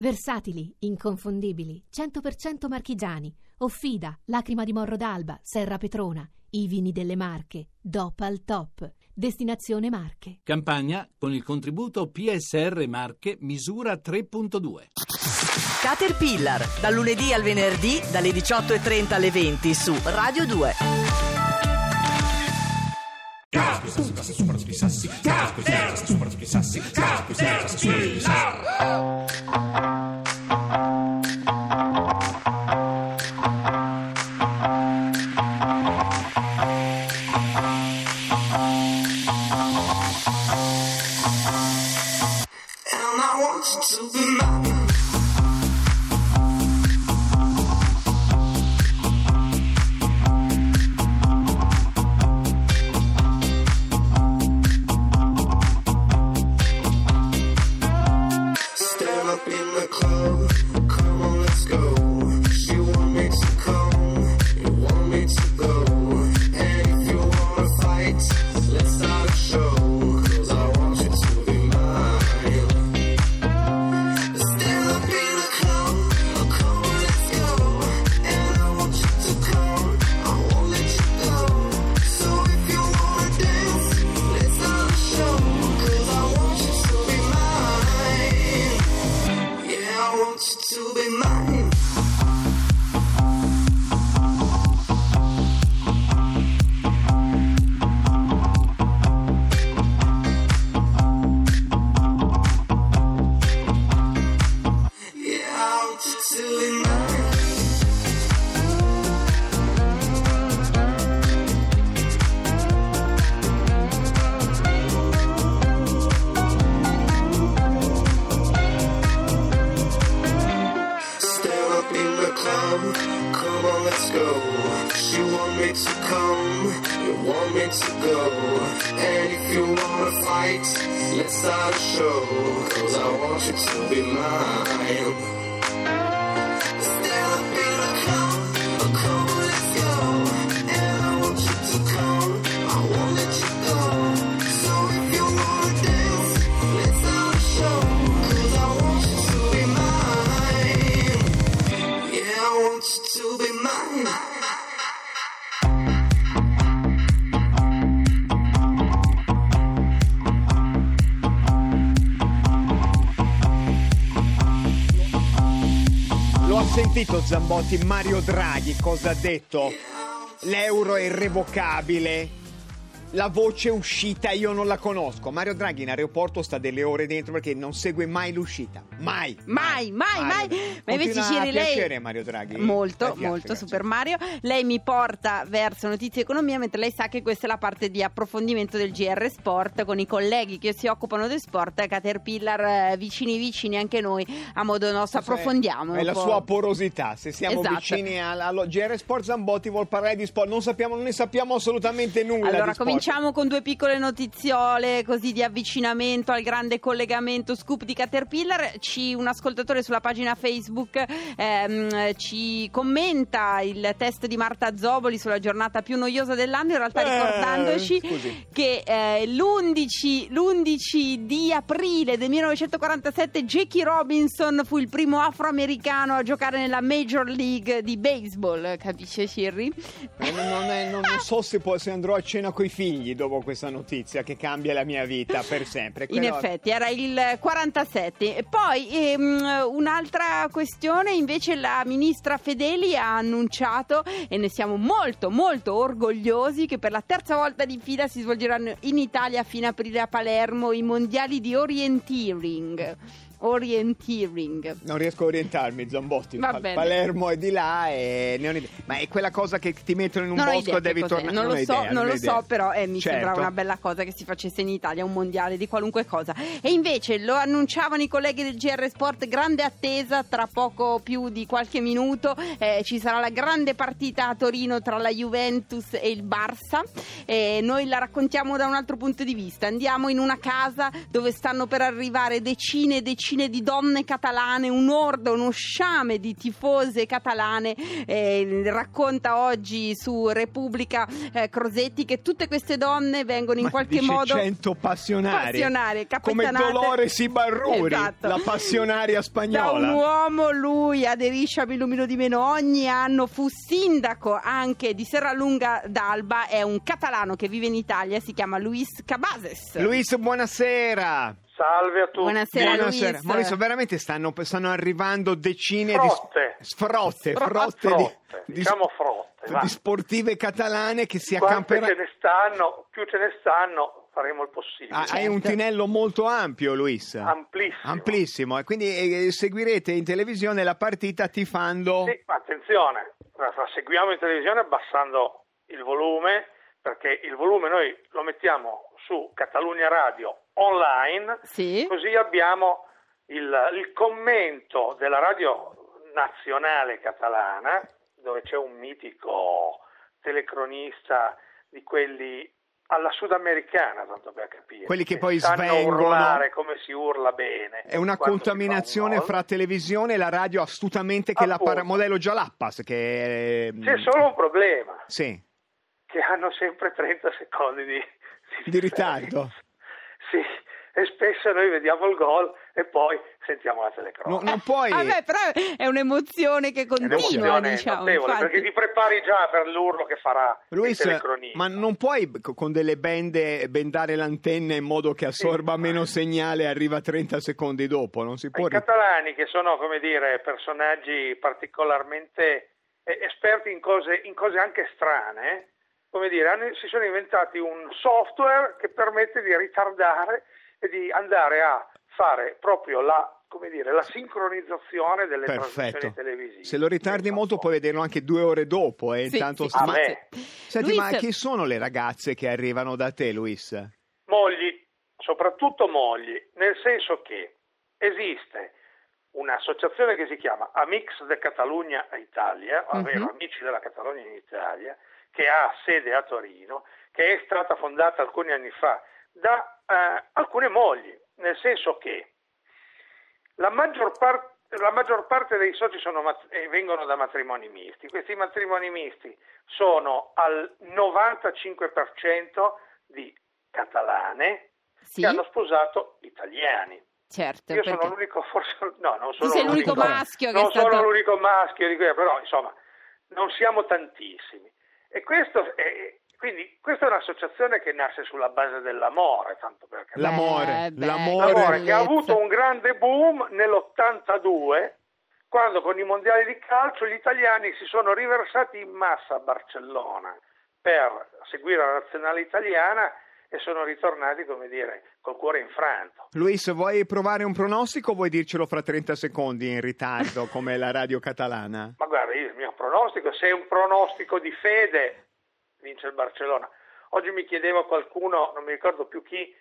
Versatili, inconfondibili, 100% marchigiani. Offida, Lacrima di Morro d'Alba, Serra Petrona. I vini delle Marche, DOP al top. Destinazione Marche. Campagna con il contributo PSR Marche misura 3.2. Caterpillar, dal lunedì al venerdì, dalle 18:30 alle 20 su Radio 2. Come on, let's go. She want me to come, you want me to go. And if you wanna fight, let's start a show. Cause I want you to be mine. Stand up in the club, come on, let's go. And I want you to come, I won't let you go. So if you wanna dance, let's start a show. Cause I want you to be mine. Yeah, I want you to be mine. Lo ha sentito Zambotti? Mario Draghi cosa ha detto? L'euro è irrevocabile. La voce uscita io non la conosco. Mario Draghi in aeroporto sta delle ore dentro perché non segue mai l'uscita. Mai. Ma invece Ciri, lei piacere Mario Draghi. Molto, piace, molto grazie. Super Mario. Lei mi porta verso notizie economia, mentre lei sa che questa è la parte di approfondimento del GR Sport con i colleghi che si occupano del sport. Caterpillar vicini anche noi a modo nostro. Approfondiamo È un la po'. sua porosità. Se siamo Esatto. vicini allo GR Sport, Zambotti vuol parlare di sport. Non ne sappiamo assolutamente nulla Allora, di sport. cominciamo con due piccole notiziole così di avvicinamento al grande collegamento scoop di Caterpillar. Un ascoltatore sulla pagina Facebook ci commenta il test di Marta Zoboli sulla giornata più noiosa dell'anno, in realtà ricordandoci che l'11 di aprile del 1947 Jackie Robinson fu il primo afroamericano a giocare nella Major League di baseball, capisce Shirley? Non so se andrò a cena coi figli dopo questa notizia che cambia la mia vita per sempre. In effetti era il 47. E poi un'altra questione, invece la ministra Fedeli ha annunciato, e ne siamo molto molto orgogliosi, che per la terza volta di fila si svolgeranno in Italia a fine aprile a Palermo i mondiali di orienteering. Non riesco a orientarmi, Zambotti. Va bene. Palermo è di là ma è quella cosa che ti mettono in un bosco e devi tornare. Non lo so, però mi sembra una bella cosa che si facesse in Italia un mondiale di qualunque cosa. E invece lo annunciavano i colleghi del GR Sport, grande attesa, tra poco più di qualche minuto ci sarà la grande partita a Torino tra la Juventus e il Barça. Noi la raccontiamo da un altro punto di vista. Andiamo in una casa dove stanno per arrivare decine decine di donne catalane, un ordo, uno sciame di tifose catalane. Racconta oggi su Repubblica Crosetti che tutte queste donne vengono in qualche dice modo 100 passionari, come capitanate. Dolores Ibarruri, Esatto. la passionaria Da spagnola. un uomo lui aderisce a Mi Illumino di Meno ogni anno, fu sindaco anche di Serralunga d'Alba, è un catalano che vive in Italia, si chiama Luis Cabases. Luis, buonasera. Salve a tutti. Buonasera, Buonasera. Luis. Maurizio, veramente stanno arrivando decine Frotte. di frotte Diciamo frotte, va. di sportive catalane che si Quante accamperanno. più ce ne stanno, faremo il possibile. Hai un tinello molto ampio, Luis. Amplissimo. Amplissimo, e quindi seguirete in televisione la partita tifando. Sì, ma attenzione, la seguiamo in televisione abbassando il volume, perché il volume noi lo mettiamo su Catalunya Radio online, Sì. così abbiamo il commento della radio nazionale catalana, dove c'è un mitico telecronista di quelli alla sudamericana, tanto per capire. Quelli che poi sanno svengono. urlare come si urla bene. È una quando si fa contaminazione un gol. fra televisione e la radio astutamente che Appunto. modello Jalappas che C'è solo un problema, sì, che hanno sempre 30 secondi di ritardo. Sì, e spesso noi vediamo il gol e poi sentiamo la telecronaca. Non puoi Vabbè, però è un'emozione che È continua, un'emozione diciamo. notevole, Infatti. perché ti prepari già per l'urlo che farà Luis, il telecronista. ma non puoi con delle bendare l'antenna in modo che assorba meno segnale e arriva 30 secondi dopo, non si può. I catalani, che sono, come dire, personaggi particolarmente esperti in cose anche strane, come dire, si sono inventati un software che permette di ritardare e di andare a fare proprio la sincronizzazione delle Perfetto. trasmissioni televisive. Se lo ritardi molto puoi vederlo anche 2 ore dopo, Sì, intanto sì. ma... Vabbè. Senti, Luis- ma chi sono le ragazze che arrivano da te, Luis? Mogli, soprattutto mogli, nel senso che esiste un'associazione che si chiama Amics de Catalunya Italia, ovvero Amici della Catalogna in Italia, che ha sede a Torino, che è stata fondata alcuni anni fa da alcune mogli, nel senso che la maggior parte dei soci vengono da matrimoni misti. Questi matrimoni misti sono al 95% di catalane Sì, che hanno sposato italiani. certo. Io perché... sono l'unico, forse no, non sono Tu sei l'unico maschio che è non stato... sono l'unico maschio di quello, però insomma non siamo tantissimi. E questa è un'associazione che nasce sulla base dell'amore, tanto per capire. L'amore, beh, L'amore che ha bellezza. avuto un grande boom nell'82, quando con i mondiali di calcio gli italiani si sono riversati in massa a Barcellona per seguire la nazionale italiana e sono ritornati, come dire, col cuore infranto. Luis, vuoi provare un pronostico o vuoi dircelo fra 30 secondi in ritardo come la radio catalana? Ma guarda, il mio pronostico, se è un pronostico di fede, vince il Barcellona. Oggi mi chiedeva qualcuno, non mi ricordo più chi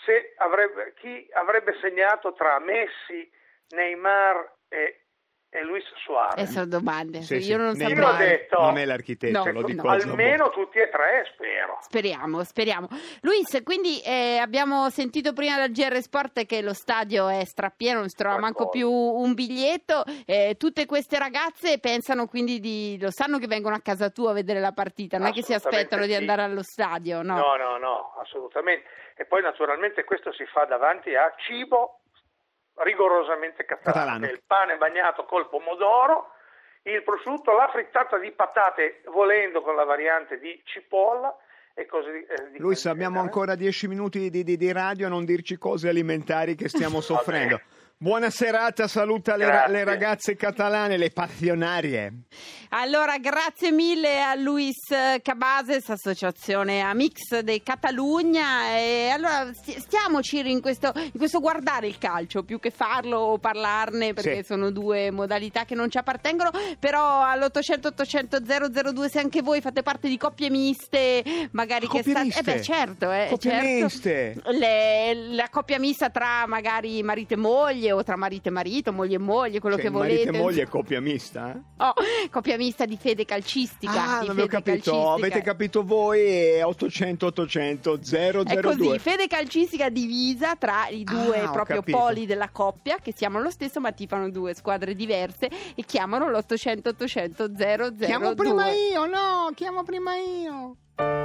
avrebbe segnato tra Messi, Neymar e Luis Suarez. sono domande. Sì, Io non Neymar Io ho saprei. detto- non è l'architetto, No, lo dico no. Almeno tutti e tre, spero. Speriamo. Luis, quindi abbiamo sentito prima dal GR Sport che lo stadio è strapieno, non si trova manco più un biglietto. Tutte queste ragazze pensano quindi lo sanno che vengono a casa tua a vedere la partita, non è che si Assolutamente aspettano di sì. andare allo stadio, no? No, assolutamente. E poi naturalmente questo si fa davanti a cibo rigorosamente catalano. Il pane bagnato col pomodoro, il prosciutto, la frittata di patate, volendo con la variante di cipolla e così di Luis, abbiamo ancora 10 minuti di radio, non dirci cose alimentari che stiamo soffrendo. Buona serata, saluta le ragazze catalane, le passionarie. Allora, grazie mille a Luis Cabases, associazione Amics de Catalunya. E allora stiamoci in questo guardare il calcio più che farlo o parlarne, perché Sì. sono due modalità che non ci appartengono. Però all'800 800 002, se anche voi fate parte di coppie miste, magari Coppie che state... miste? certo, Coppie certo. miste. La coppia mista tra magari marito e moglie o tra marito e marito, moglie e moglie, quello Cioè, che volete. marito e moglie è coppia mista? Oh, coppia mista di fede calcistica. Ah, di non avevo fede capito. calcistica. Avete capito voi? 800 800 002. È così, fede calcistica divisa tra i due ho proprio capito. poli della coppia che si amano lo stesso ma tifano due squadre diverse e chiamano l'800 800 002. Chiamo prima io, no, chiamo prima io.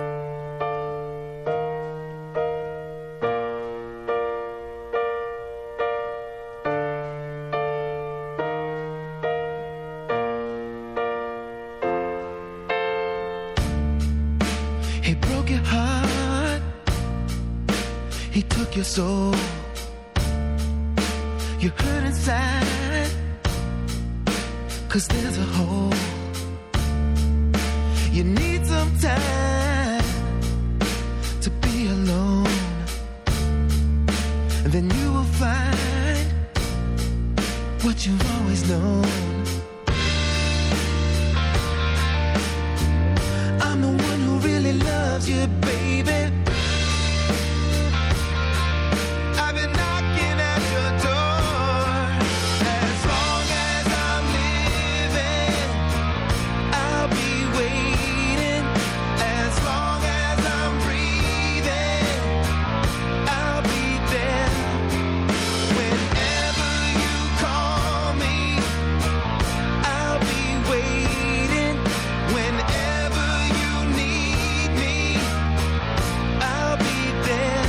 He broke your heart. He took your soul. You hurt inside, 'cause there's a hole. You need some time to be alone, and then you will find what you've always known. I'm the one who really loves you, baby. I've been knocking at your door. As long as I'm living, I'll be waiting. As long as I'm breathing, I'll be there. Whenever you call me, I'll be waiting. Whenever you need me, I'll be there.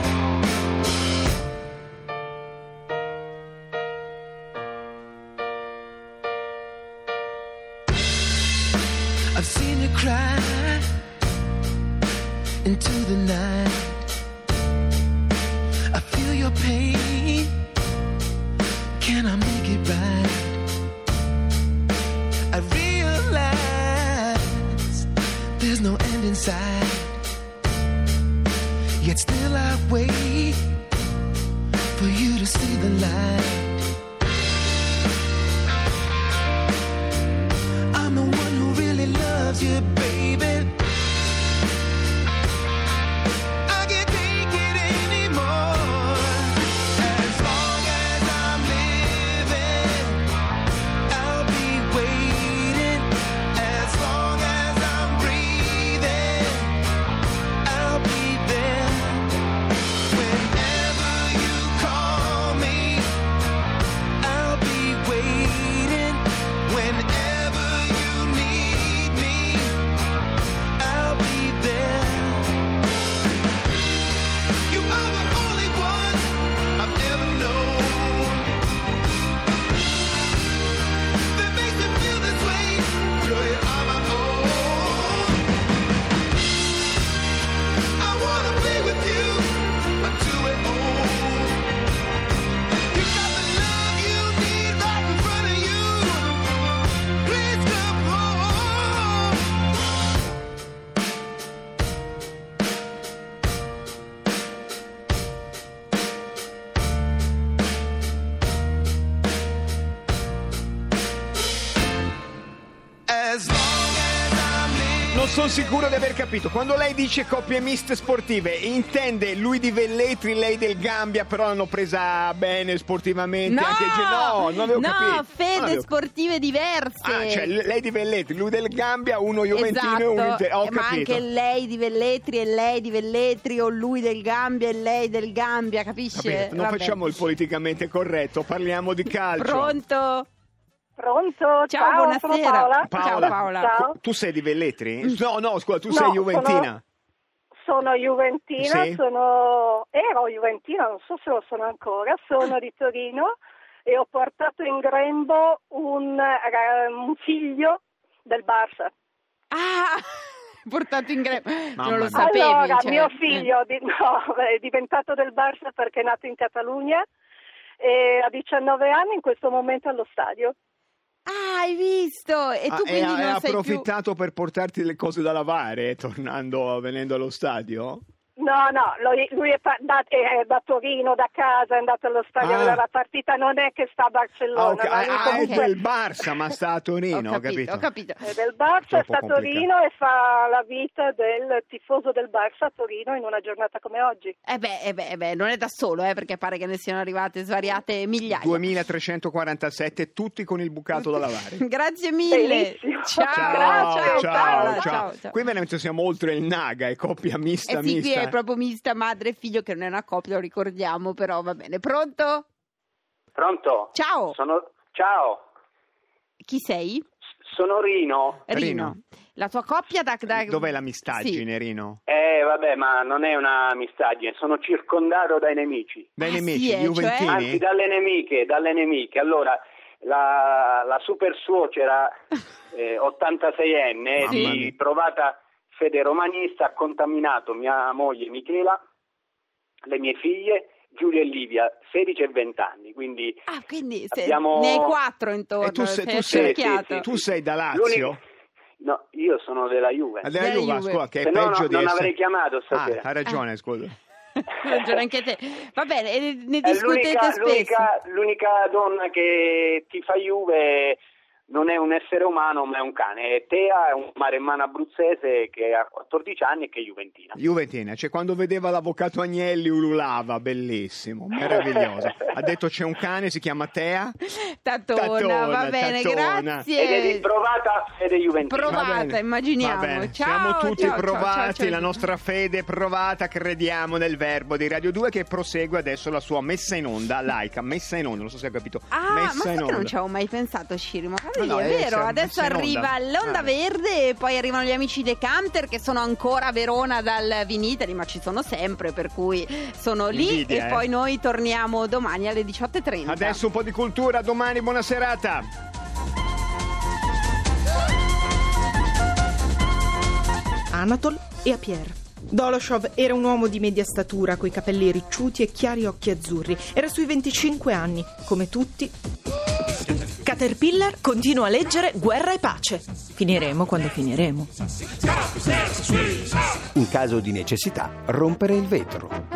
I've seen you cry into the night. I feel your pain. Can I make it right? I realize there's no end in sight. Yet still I wait for you to see the light. I'm the one who really loves you, baby. I can't take it anymore. As long as I'm living, I'll be waiting. As long as I'm breathing, I'll be there. Whenever you call me, I'll be waiting. Whenever you need me, I'll be there. You are the only one I've ever known that makes me feel this way. Girl, you are my own. I wanna be with you until we're old. You got the love you need right in front of you. Please come home. As long as I'm living. Non sono sicuro di aver capito. Quando lei dice coppie miste sportive, intende lui di Velletri, lei del Gambia, però l'hanno presa bene sportivamente. No, anche no, non avevo capito. no, Non fede avevo- sportive diverse. Ah, cioè lei di Velletri, lui del Gambia, uno Juventino e uno Inter. Ho ma capito. anche lei di Velletri e lei di Velletri, o lui del Gambia e lei del Gambia, capisce? Vabbè, non Vabbè. facciamo il politicamente corretto, parliamo di calcio. Pronto? Pronto? Ciao, sono buonasera. Paola. Ciao Paola. Ciao. Tu sei di Velletri? No, scusa, tu No, sei Juventina. Sono juventina, Sì? ero juventina, non so se lo sono ancora, sono di Torino e ho portato in grembo un figlio del Barça. Ah, portato in grembo. Mamma Non lo mia. sapevi. Allora, cioè. mio figlio è diventato del Barça perché è nato in Catalogna e a 19 anni in questo momento è allo stadio. Ah, hai visto? E tu quindi hai non sei più... approfittato per portarti le cose da lavare venendo allo stadio? No, lui è da Torino, da casa, è andato allo stadio della partita, non è che sta a Barcellona. È del Barça, ma sta a Torino, Ho capito. È del Barça, sta a Torino e fa la vita del tifoso del Barça a Torino in una giornata come oggi. Non è da solo, perché pare che ne siano arrivate svariate migliaia. 2347, tutti con il bucato da lavare. Grazie mille. Bellissimo. Ciao. Qui veramente siamo oltre il Naga, è coppia mista. Sì, qui è proprio mista madre e figlio, che non è una coppia, lo ricordiamo, però va bene. Pronto? Pronto? Ciao. Ciao. Chi sei? Sono Rino. La tua coppia da... Dov'è la mistagine, Sì. Rino? Vabbè, ma non è una mistagine, sono circondato dai nemici. Dai Ah, nemici, sì, juventini? Anzi, dalle nemiche. Allora, la super suocera 86enne di provata fede romanista ha contaminato mia moglie Michela, le mie figlie Giulia e Livia, 16 e 20 anni, quindi abbiamo... ne hai 4 intorno. E tu sei da Lazio? No, io sono della Juve. Della Juve, scusa, che è peggio di non essere... avrei chiamato stasera. Hai ragione, scusa. Ragione anche te. Va bene, ne discutete spesso. L'unica donna che tifa Juve non è un essere umano, ma è un cane. Tea è un maremmano abruzzese che ha 14 anni e che è juventina. Cioè quando vedeva l'avvocato Agnelli ululava, bellissimo, meraviglioso. Ha detto c'è un cane, si chiama Tea. Tatona, va bene, grazie. Ed è di provata fede juventina. Provata, immaginiamo. Va bene. Ciao, siamo tutti ciao, provati, ciao. la nostra fede è provata, crediamo nel verbo di Radio 2 che prosegue adesso la sua messa in onda laica, messa in onda, non so se hai capito. Ma sai che non ci avevo mai pensato, Scirimo? No, è vero, adesso messa in arriva onda. l'Onda Verde e poi arrivano gli amici Decanter che sono ancora a Verona dal Vinitali, ma ci sono sempre, per cui sono lì. Invidia, e poi noi torniamo domani alle 18:30. Adesso un po' di cultura, domani buona serata. Anatol e Apier. Doloshov era un uomo di media statura, coi capelli ricciuti e chiari occhi azzurri. Era sui 25 anni, come tutti. Caterpillar continua a leggere Guerra e Pace. Finiremo quando finiremo. In caso di necessità, rompere il vetro.